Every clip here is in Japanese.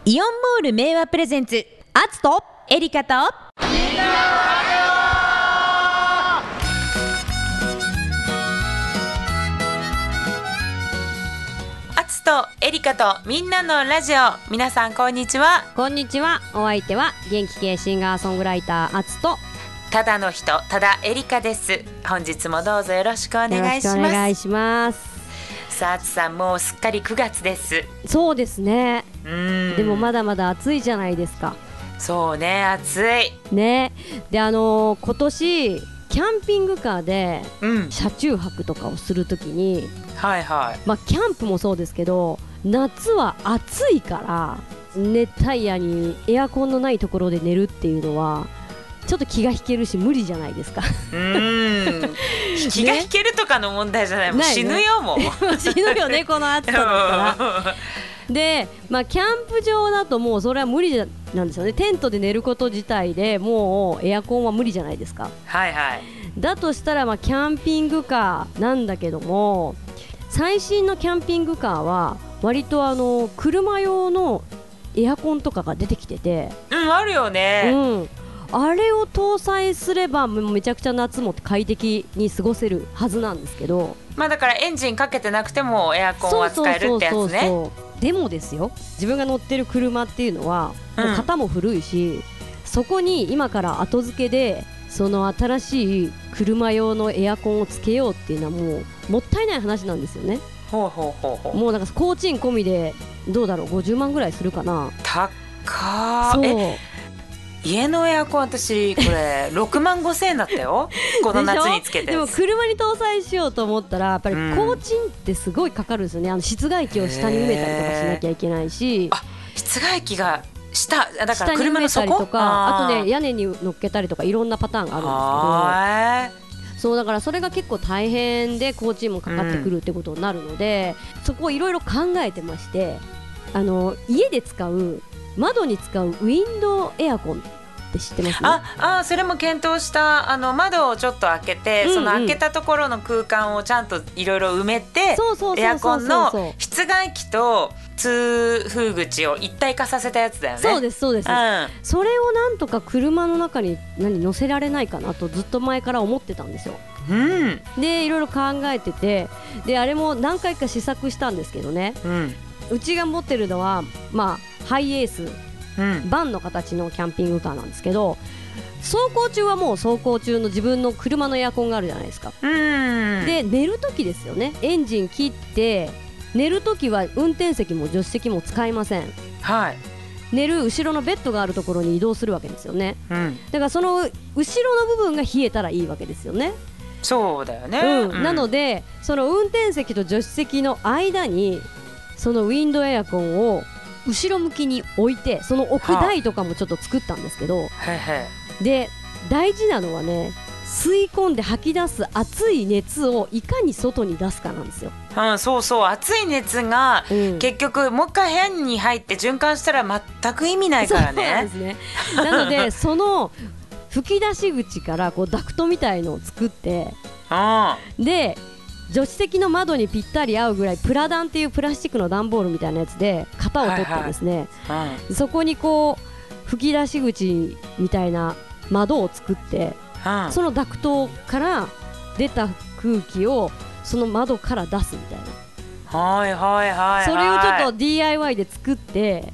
イオンモール名和プレゼンツ、アツとエリカとみんなのラジオ。アツとエリカとみんなのラジオ。皆さんこんにちは。 こんにちは。お相手は元気系シンガーソングライターアツとただの人、ただエリカです。本日もどうぞよろしくお願いします。 よろしくお願いします。 さあ、アツさん、もうすっかり9月です。 そうですね。でもまだまだ暑いじゃないですか。 そうね、暑いね。で今年キャンピングカーで車中泊とかをするときに、 はいはい、 キャンプもそうですけど、夏は暑いから熱帯夜にエアコンのないところで寝るっていうのはちょっと気が引けるし無理じゃないですか。 気が引けるとかの問題じゃない、もう死ぬよ、もう死ぬよね、この暑さだったら。で、キャンプ場だともうそれは無理なんですよね。テントで寝ること自体でもうエアコンは無理じゃないですか。 はいはい。 だとしたらキャンピングカーなんだけども、最新のキャンピングカーは割と車用のエアコンとかが出てきてて、 あるよね。 あれを搭載すればめちゃくちゃ夏も快適に過ごせるはずなんですけど、 だからエンジンかけてなくてもエアコンは使えるってやつね。 でもですよ、自分が乗ってる車っていうのはもう型も古いし、そこに今から後付けでその新しい車用のエアコンをつけようっていうのはもったいない話なんですよね。 もうなんか工賃込みでどうだろう、50万ぐらいするかな。 高ー。家のエアコン私これ6万5千円だったよ。この夏につけて。 でも車に搭載しようと思ったらやっぱり工賃ってすごいかかるんですよね。室外機を下に埋めたりとかしなきゃいけないし、 室外機が下だから車の底とか、あとね屋根に乗っけたりとかいろんなパターンがあるんですけど、そうだからそれが結構大変で工賃もかかってくるってことになるので、そこをいろいろ考えてまして、家で使う窓に使うウィンドウエアコンって知ってます？ それも検討した。窓をちょっと開けて、その開けたところの空間をちゃんといろいろ埋めて、エアコンの室外機と通風口を一体化させたやつだよね。 そうですそうです、それをなんとか車の中に乗せられないかなとずっと前から思ってたんですよ。でいろいろ考えてて、であれも何回か試作したんですけどね、うちが持ってるのはハイエース、バンの形のキャンピングカーなんですけど、走行中はもう走行中の自分の車のエアコンがあるじゃないですか。で寝るときですよね、エンジン切って寝るときは運転席も助手席も使いません。寝る後ろのベッドがあるところに移動するわけですよね。だからその後ろの部分が冷えたらいいわけですよね。 そうだよね。 なのでその運転席と助手席の間にそのウィンドウエアコンを後ろ向きに置いて、その置く台とかもちょっと作ったんですけど、で大事なのはね、吸い込んで吐き出す熱い熱をいかに外に出すかなんですよ。 そうそう、熱い熱が、結局もう一回部屋に入って循環したら全く意味ないからね。 そうなんですね。なのでその吹き出し口からこうダクトみたいのを作って、で助手席の窓にぴったり合うぐらいプラダンっていうプラスチックの段ボールみたいなやつで型を取ってですね、そこにこう吹き出し口みたいな窓を作って、そのダクトから出た空気をその窓から出すみたいな、それをちょっと DIY で作って。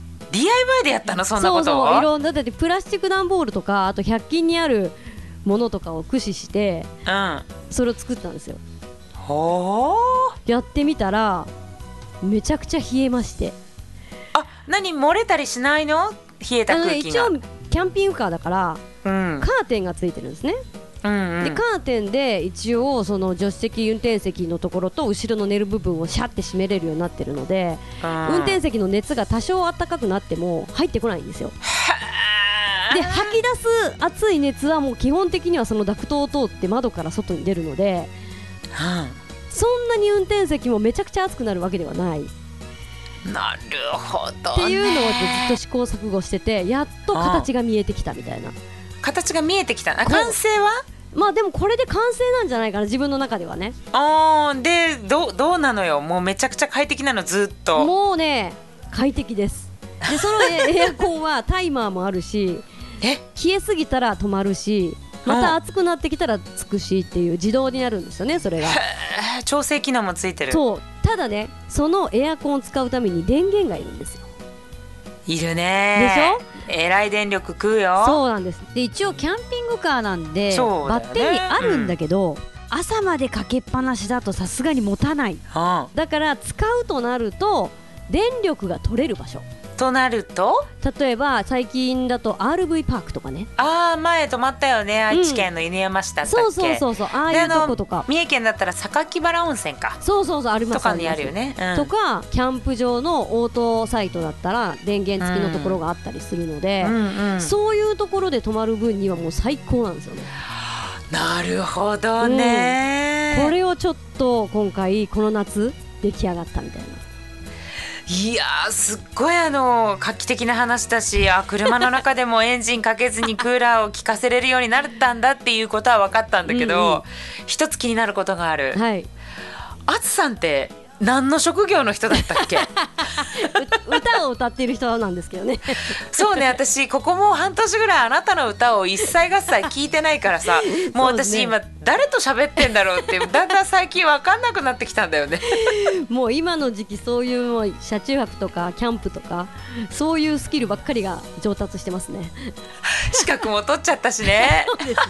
DIY でやったの？そんなこと？ そういろんな、だってプラスチック段ボールとかあと100均にあるものとかを駆使して、それを作ったんですよ。やってみたらめちゃくちゃ冷えまして。 何漏れたりしないの？冷えた空気が。 一応キャンピングカーだから、カーテンがついてるんですね。でカーテンで一応その助手席運転席のところと後ろの寝る部分をシャッて閉めれるようになってるので、運転席の熱が多少暖かくなっても入ってこないんですよ。で吐き出す熱い熱はもう基本的にはそのダクトを通って窓から外に出るので、そんなに運転席もめちゃくちゃ熱くなるわけではない。 なるほどね。 っていうのをずっと試行錯誤してて、やっと形が見えてきたみたいな。 形が見えてきた。完成は？ でもこれで完成なんじゃないかな、自分の中ではね。 でどうなのよ。もうめちゃくちゃ快適なの？ずっと。 もうね快適です。 でそのエアコンはタイマーもあるし、冷えすぎたら止まるし、また暑くなってきたらつくしっていう自動になるんですよね、それが。 調整機能もついてる。 そう、ただね、そのエアコンを使うために電源がいるんですよ。 いるね。でしょ。えらい電力食うよ。 そうなんです。で一応キャンピングカーなんで、バッテリーあるんだけど、朝までかけっぱなしだとさすがに持たない、だから使うとなると電力が取れる場所となると、 例えば最近だと RV パークとかね。 前泊まったよね、愛知県の犬山市だったっけ。 そうああいうとことか。 三重県だったら榊原温泉か。 そうあります、 とかにあるよね、 とかキャンプ場のオートサイトだったら電源付きのところがあったりするので、そういうところで泊まる分にはもう最高なんですよね。 なるほどね、 これをちょっと今回この夏出来上がったみたいな。 いやー、すっごい画期的な話だし、車の中でもエンジンかけずにクーラーを効かせれるようになったんだっていうことは分かったんだけど、一つ気になることがある。あつさんって何の職業の人だったっけ？ 歌を歌っている人なんですけどね。 そうね、私ここもう半年ぐらいあなたの歌を一切合切聞いてないからさ、もう私今誰と喋ってんだろうってだんだん最近分かんなくなってきたんだよね。 もう今の時期そういうもう車中泊とかキャンプとかそういうスキルばっかりが上達してますね。 資格も取っちゃったしね。 そうですね。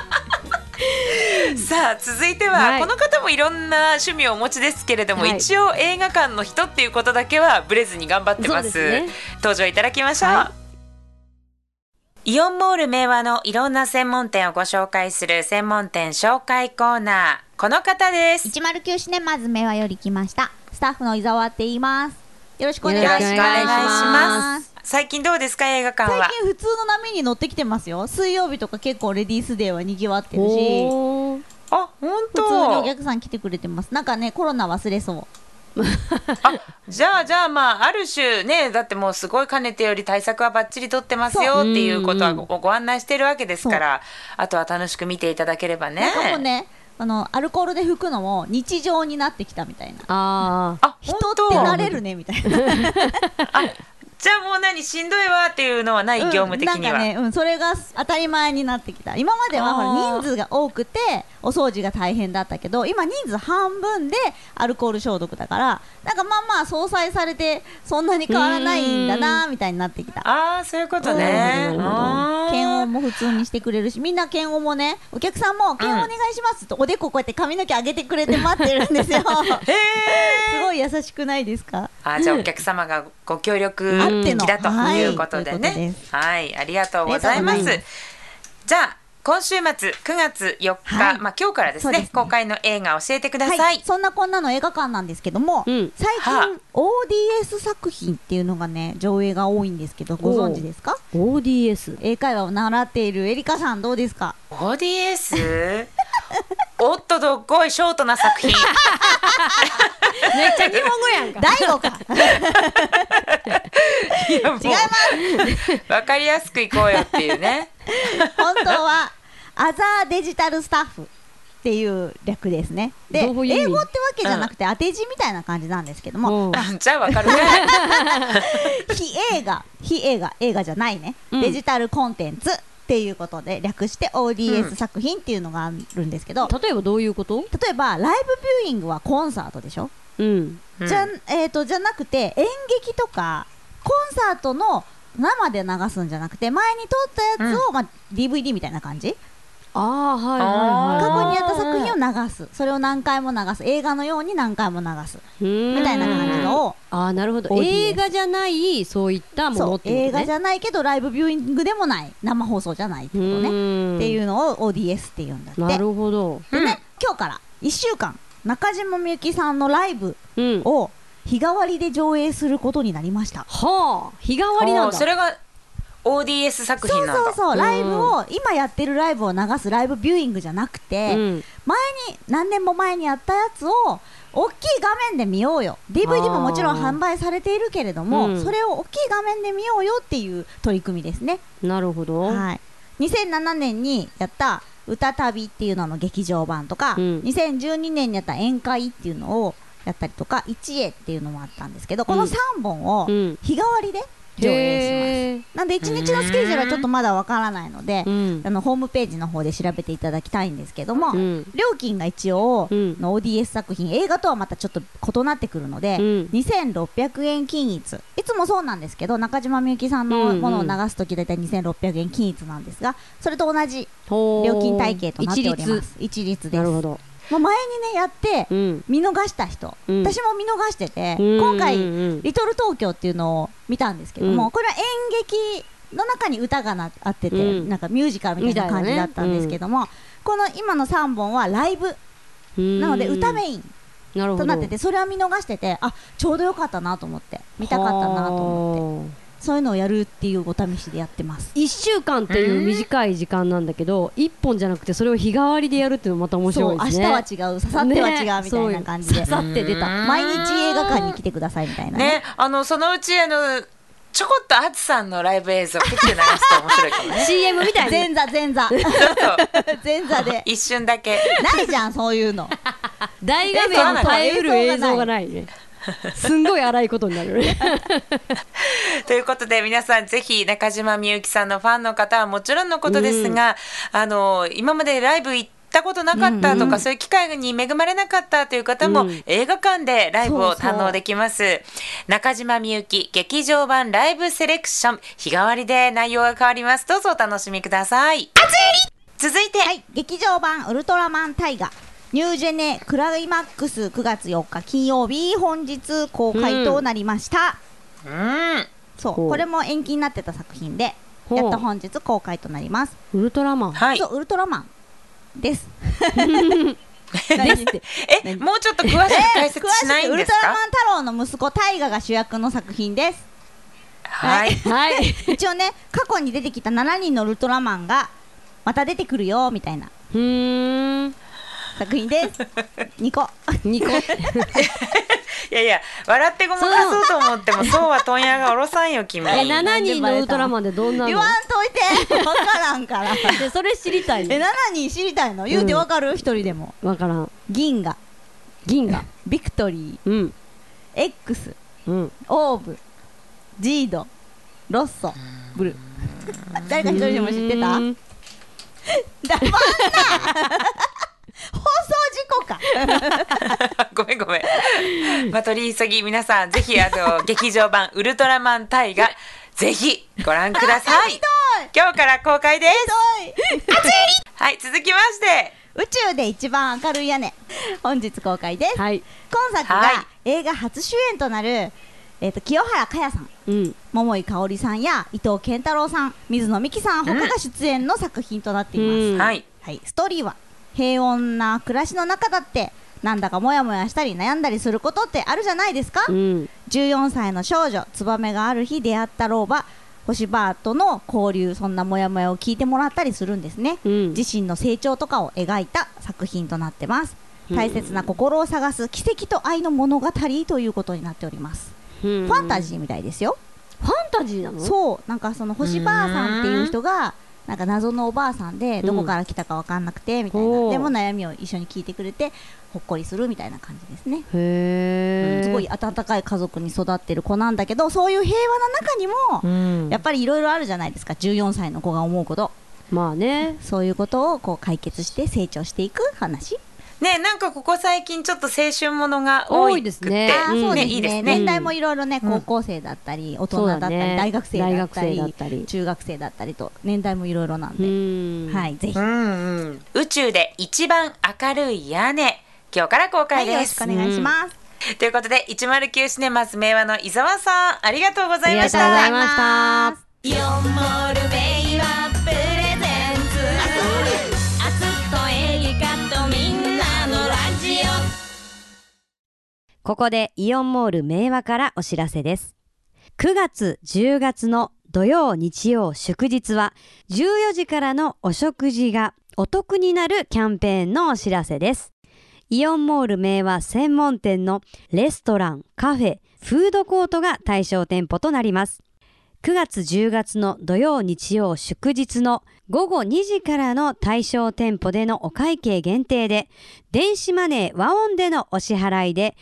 さあ続いては、この方もいろんな趣味をお持ちですけれども、一応映画館の人っていうことだけはブレずに頑張ってます。登場いただきましょう。イオンモール明和のいろんな専門店をご紹介する専門店紹介コーナー、この方です。 109シネマズ明和より来ましたスタッフの伊沢って言います。よろしくお願いします。 よろしくお願いします。最近どうですか、映画館は。 最近普通の波に乗ってきてますよ。水曜日とか結構レディースデーはにぎわってるし、 あ、本当。 普通にお客さん来てくれてます。なんかね、コロナ忘れそう。 じゃあまあある種ね、だってもうすごいかねてより対策はバッチリ取ってますよっていうことはご案内してるわけですから、あとは楽しく見ていただければね。 なんかもうね、アルコールで拭くのも日常になってきたみたいな。人ってなれるねみたいな。 じゃあもうしんどいわっていうのはない、業務的には。 なんかね、それが当たり前になってきた。今まではほら人数が多くてお掃除が大変だったけど、今人数半分でアルコール消毒だから、なんかまあ相殺されてそんなに変わらないんだなみたいになってきた。 そういうことね。 検温も普通にしてくれるし、みんな検温もね、お客さんも検温お願いしますとおでここうやって髪の毛上げてくれて待ってるんですよ。すごい優しくないですか？ じゃあお客様がご協力だということでね。はい、ありがとうございます。じゃあ今週末9月4日、今日からですね、公開の映画教えてください。 そんなこんなの映画館なんですけども、最近 ODS 作品っていうのがね上映が多いんですけど、ご存知ですか？ ODS 英会話を習っているエリカさんどうですか？ ODS おっとどっこいショートな作品。 めっちゃ日本語やんか。 大悟か。 違います。わかりやすくいこうよっていうね。 本当はアザーデジタルスタッフっていう略ですね。で、英語ってわけじゃなくて当て字みたいな感じなんですけども、 じゃあわかるね。 映画じゃないね、デジタルコンテンツっていうことで略して ODS 作品っていうのがあるんですけど、 例えばどういうこと？ 例えばライブビューイングはコンサートでしょ。じゃなくて演劇とかコンサートの生で流すんじゃなくて、前に撮ったやつを、DVD みたいな感じ。過去にやった作品を流す、それを何回も流す、映画のように何回も流すみたいな感じのを。 なるほど。映画じゃないそういったものっていうね。 映画じゃないけどライブビューイングでもない、生放送じゃないってことねっていうのを ODS っていうんだって。 なるほど。 でね、今日から1週間中島みゆきさんのライブを日替わりで上映することになりました。 日替わりなんだ。 それが ODS 作品なんだ。 そうライブを今やってるライブを流すライブビューイングじゃなくて、何年も前にやったやつを大きい画面で見ようよ。 DVD ももちろん販売されているけれども、それを大きい画面で見ようよっていう取り組みですね。 なるほど。 2007年にやった歌旅っていうのの劇場版とか、2012年にやった宴会っていうのをやったりとか、一会っていうのもあったんですけど、この3本を日替わりで上映します。なんで1日のスケジュールはちょっとまだわからないので、ホームページの方で調べていただきたいんですけども、料金が一応の ODS 作品、映画とはまたちょっと異なってくるので、2600円均一、いつもそうなんですけど、中島みゆきさんのものを流すときだいたい2600円均一なんですが、それと同じ料金体系となっております。一律です。 なるほど。 もう前にねやって見逃した人、私も見逃してて、今回リトル東京っていうのを見たんですけども、これは演劇の中に歌があってて、なんかミュージカルみたいな感じだったんですけども、この今の3本はライブなので歌メインとなってて、それは見逃してて、あ、ちょうどよかったなと思って、見たかったなと思って、そういうのをやるっていうお試しでやってます。 1週間っていう短い時間なんだけど、1本じゃなくてそれを日替わりでやるっていうのまた面白いですね。 そう、明日は違う、ささっては違うみたいな感じで、 ささって出た、 毎日映画館に来てくださいみたいなね。 そのうちちょこっとあつさんのライブ映像ピッて流して面白いかもね。 CM みたいな。 前座前座で一瞬だけ。 ないじゃんそういうの。 大画面を耐えうる映像がないね。すんごい荒いことになるね。 ということで皆さんぜひ中島みゆきさんのファンの方はもちろんのことですが、今までライブ行ったことなかったとか、そういう機会に恵まれなかったという方も、映画館でライブを堪能できます。中島みゆき劇場版ライブセレクション、日替わりで内容が変わります。どうぞお楽しみください。続いて、 劇場版ウルトラマンタイガニュージェネクライマックス9月4日金曜日本日公開となりました。そう、これも延期になってた作品でやっと本日公開となります。 ウルトラマン、 そう、ウルトラマンですもうちょっと詳しく解説しないんですか？ ウルトラマン太郎の息子タイガが主役の作品です。一応ね、過去に出てきた7人のウルトラマンがまた出てくるよみたいな作品です。ニコいやいや、笑ってごまかそうと思ってもそうは問屋がおろさんよ君。 7人のウルトラマンでどんなの？ 言わんといて、分からんからでそれ知りたい。 7人知りたいの？言うて分かる？一人でも分からん。 銀河ビクトリー、X、オーブ、ジード、ロッソ、ブル誰か一人でも知ってた？黙んな放送事故かごめん取り急ぎ皆さんぜひ劇場版ウルトラマンタイガぜひご覧ください。今日から公開です。はい、続きまして宇宙で一番明るい屋根本日公開です。今作が映画初主演となる清原果耶さん、桃井かおりさんや伊藤健太郎さん、水野美紀さん他が出演の作品となっています。ストーリーは平穏な暮らしの中だってなんだかモヤモヤしたり悩んだりすることってあるじゃないですか。14歳の少女ツバメがある日出会った老婆星バーとの交流、そんなモヤモヤを聞いてもらったりするんですね。自身の成長とかを描いた作品となってます。大切な心を探す奇跡と愛の物語ということになっております。ファンタジーみたいですよ。 ファンタジーなの？ そう、なんかその星ばあさんっていう人がなんか謎のおばあさんでどこから来たか分かんなくてみたいな、でも悩みを一緒に聞いてくれてほっこりするみたいな感じですね。すごい温かい家族に育ってる子なんだけど、そういう平和な中にもやっぱりいろいろあるじゃないですか。14歳の子が思うこと、 まあね、 そういうことをこう解決して成長していく話ね。なんかここ最近ちょっと青春ものが多いですね。 そうですね。年代もいろいろね、高校生だったり大人だったり大学生だったり中学生だったりと年代もいろいろなんで、はい、ぜひ。 宇宙で一番明るい屋根、今日から公開です。 よろしくお願いします。 ということで109シネマズ明和の伊沢さんありがとうございました。 ありがとうございました。 イオンモール明和プレゼンツあつとエリカとみんなのラジオ。 ここでイオンモール明和からお知らせです。9月10月の土曜日曜祝日は14時からのお食事がお得になるキャンペーンのお知らせです。イオンモール明和専門店のレストラン、カフェ、フードコートが対象店舗となります。9月10月の土曜日曜祝日の午後2時からの対象店舗でのお会計限定で電子マネー和音でのお支払いで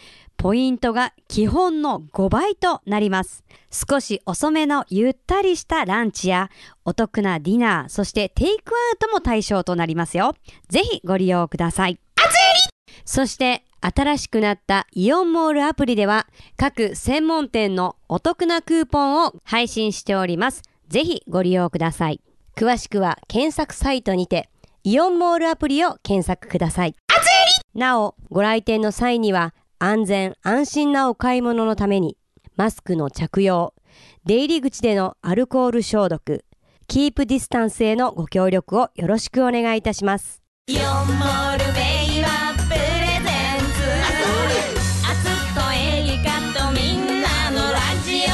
ポイントが基本の5倍となります。少し遅めのゆったりしたランチやお得なディナー、そしてテイクアウトも対象となりますよ。ぜひご利用ください。そして新しくなったイオンモールアプリでは各専門店のお得なクーポンを配信しております。ぜひご利用ください。詳しくは検索サイトにてイオンモールアプリを検索ください。なお、ご来店の際には安全安心なお買い物のためにマスクの着用、出入り口でのアルコール消毒、キープディスタンスへのご協力をよろしくお願いいたします。 イオンモールベイはプレゼンツ、アツとエリカとみんなのラジ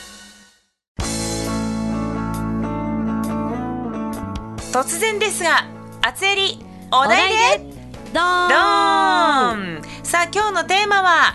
オ。突然ですが、あつえりお題でドーン。 さあ今日のテーマは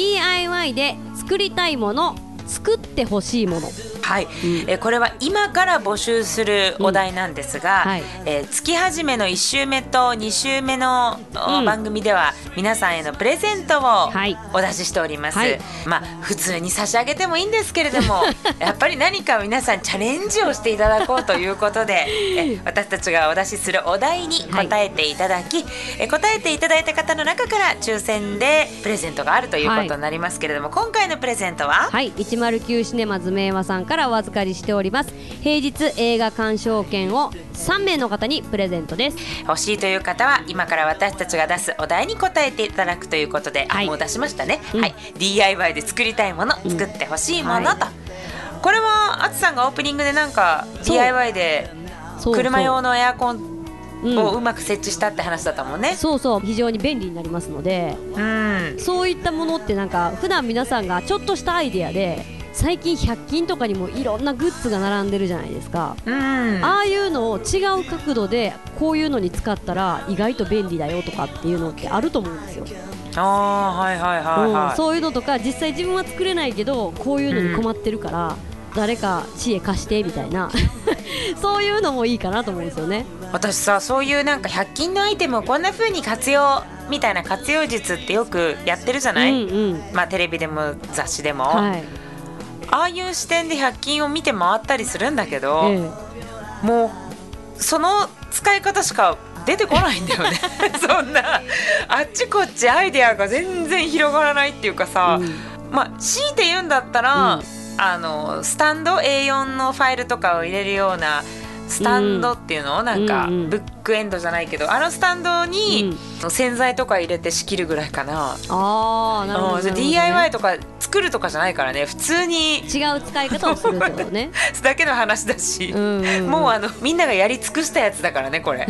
DIY で作りたいもの、作ってほしいもの。 はい、これは今から募集するお題なんですが、 はい、 月始めの1週目と2週目の、番組では皆さんへのプレゼントをお出ししております、はい、まあ普通に差し上げてもいいんですけれどもやっぱり何か皆さんチャレンジをしていただこうということで私たちがお出しするお題に答えていただき、答えていただいた方の中から抽選でプレゼントがあるということになりますけれども、今回のプレゼントは、 はい、109シネマズ明和さんからお預かりしております。平日映画鑑賞券を3名の方にプレゼントです。 欲しいという方は今から私たちが出すお題に答えていただくということで、はい、もう出しましたね、はい、DIY で作りたいもの、作ってほしいものと、はい、これはあつさんがオープニングでなんか DIY で車用のエアコンをうまく設置したって話だったもんね。 そうそう、非常に便利になりますので、そういったものってなんか普段皆さんがちょっとしたアイデアで、最近100均とかにもいろんなグッズが並んでるじゃないですか、ああいうのを違う角度でこういうのに使ったら意外と便利だよとかっていうのってあると思うんですよ。 はいはいはいはい、 そういうのとか、実際自分は作れないけどこういうのに困ってるから、誰か知恵貸してみたいなそういうのもいいかなと思うんですよね。 私さ、そういうなんか100均のアイテムをこんな風に活用みたいな活用術ってよくやってるじゃない、まあテレビでも雑誌でも、はい、ああいう視点で100均を見て回ったりするんだけど、もうその使い方しか出てこないんだよねそんなあっちこっちアイデアが全然広がらないっていうかさ、まあ強いて言うんだったら、スタンド A4 のファイルとかを入れるようなスタンドっていうのをなんかブックエンドじゃないけど、あのスタンドに洗剤とか入れて仕切るぐらいかな。 なるほど、ね、 DIY とか作るとかじゃないからね、普通に違う使い方をするってことねだけの話だし、もうみんながやり尽くしたやつだからねこれ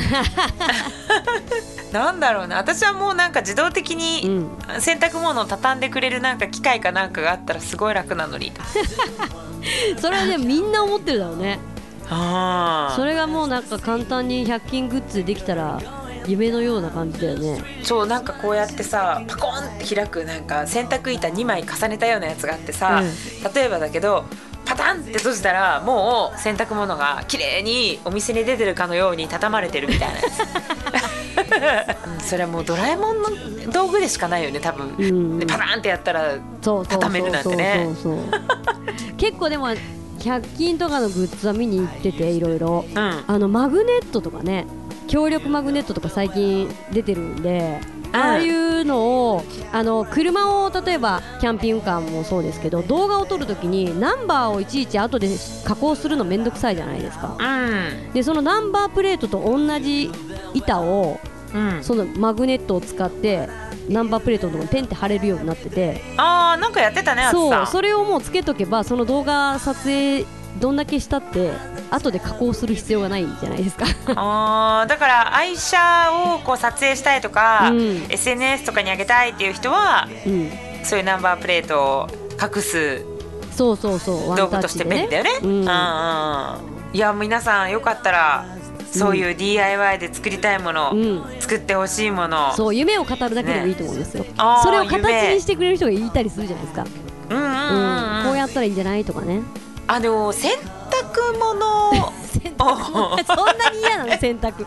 なんだろうな、私はもうなんか自動的に洗濯物を畳んでくれるなんか機械かなんかがあったらすごい楽なのにそれはね、みんな思ってるだろうね。それがもうなんか簡単に100均グッズできたら夢のような感じだよね。 そう、なんかこうやってさ、パコンって開くなんか洗濯板2枚重ねたようなやつがあってさ、例えばだけどパタンって閉じたらもう洗濯物が綺麗にお店に出てるかのように畳まれてるみたいなやつそれはもうドラえもんの道具でしかないよね多分、でパタンってやったら畳めるなんてね。 結構でも100均とかのグッズは見に行ってて、いろいろマグネットとかね、強力マグネットとか最近出てるんで、ああいうのを車を例えばキャンピングカーもそうですけど、動画を撮るときにナンバーをいちいち後で加工するのめんどくさいじゃないですか、でそのナンバープレートと同じ板を、そのマグネットを使ってナンバープレートのところにペンって貼れるようになってて、 なんかやってたね。 それをもうつけとけば、その動画撮影どんだけしたって後で加工する必要がないじゃないですかだから愛車をこう撮影したいとか、SNS とかに上げたいっていう人は、そういうナンバープレートを隠す道具として便利だよね。いや皆さんよかったらそういう DIY で作りたいもの、作ってほしいもの、 そう夢を語るだけでもいいと思うんですよ、それを形にしてくれる人がいたりするじゃないですか。こうやったらいいんじゃないとかね。 でも洗濯物そんなに嫌なの洗濯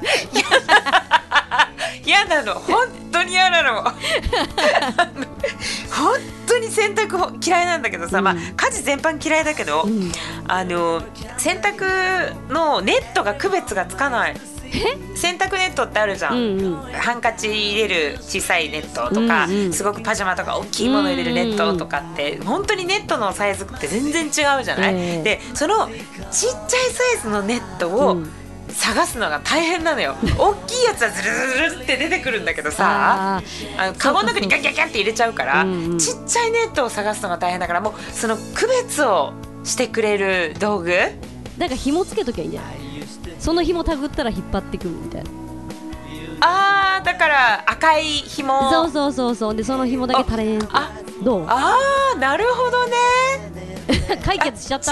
嫌なの、本当に嫌なの本洗濯嫌いなんだけどさ、まあ家事全般嫌いだけど、洗濯のネットが区別がつかない。洗濯ネットってあるじゃん、ハンカチ入れる小さいネットとか、すごくパジャマとか大きいもの入れるネットとかって本当にネットのサイズって全然違うじゃない、でそのちっちゃいサイズのネットを探すのが大変なのよ。大きいやつはズルズルズルって出てくるんだけどさ、カゴの中にガッガッガッって入れちゃうから、ちっちゃいネットを探すのが大変だから、もうその区別をしてくれる道具、 なんか紐つけときゃいいんじゃない？その紐たぐったら引っ張ってくるみたいな。 だから赤い紐、 そうでその紐だけタレンと。どう？ なるほどね。 解決しちゃった？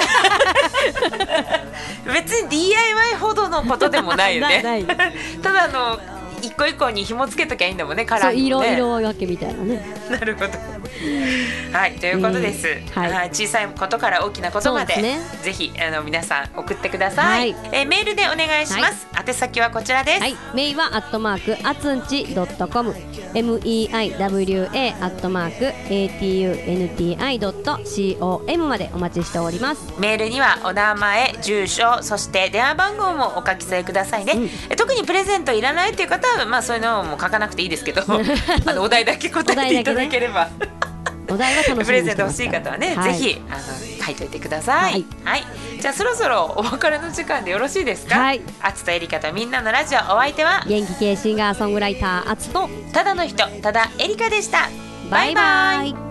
別に DIY ほどのことでもないよね。 ないただ一個一個に紐つけときゃいいんだもんね、カラーにもね。 色分けみたいなね。なるほど。はい、ということです、小さいことから大きなことまで、ぜひ皆さん送ってください、メールでお願いします、宛先はこちらです、 メイは@あつんち.com、 meiwa@atunti.com までお待ちしております。 メールにはお名前、住所、そして電話番号もお書き添えくださいね、特にプレゼントいらないという方は、まあそういうのも書かなくていいですけどお題だけ答えていただければお題は楽しみにしてますから。 プレゼント欲しい方はね、ぜひ書いといてください。じゃあそろそろお別れの時間でよろしいですか。あつとえりかとみんなのラジオ、お相手は元気系シンガーソングライターあつとただの人、ただえりかでした。バイバイ。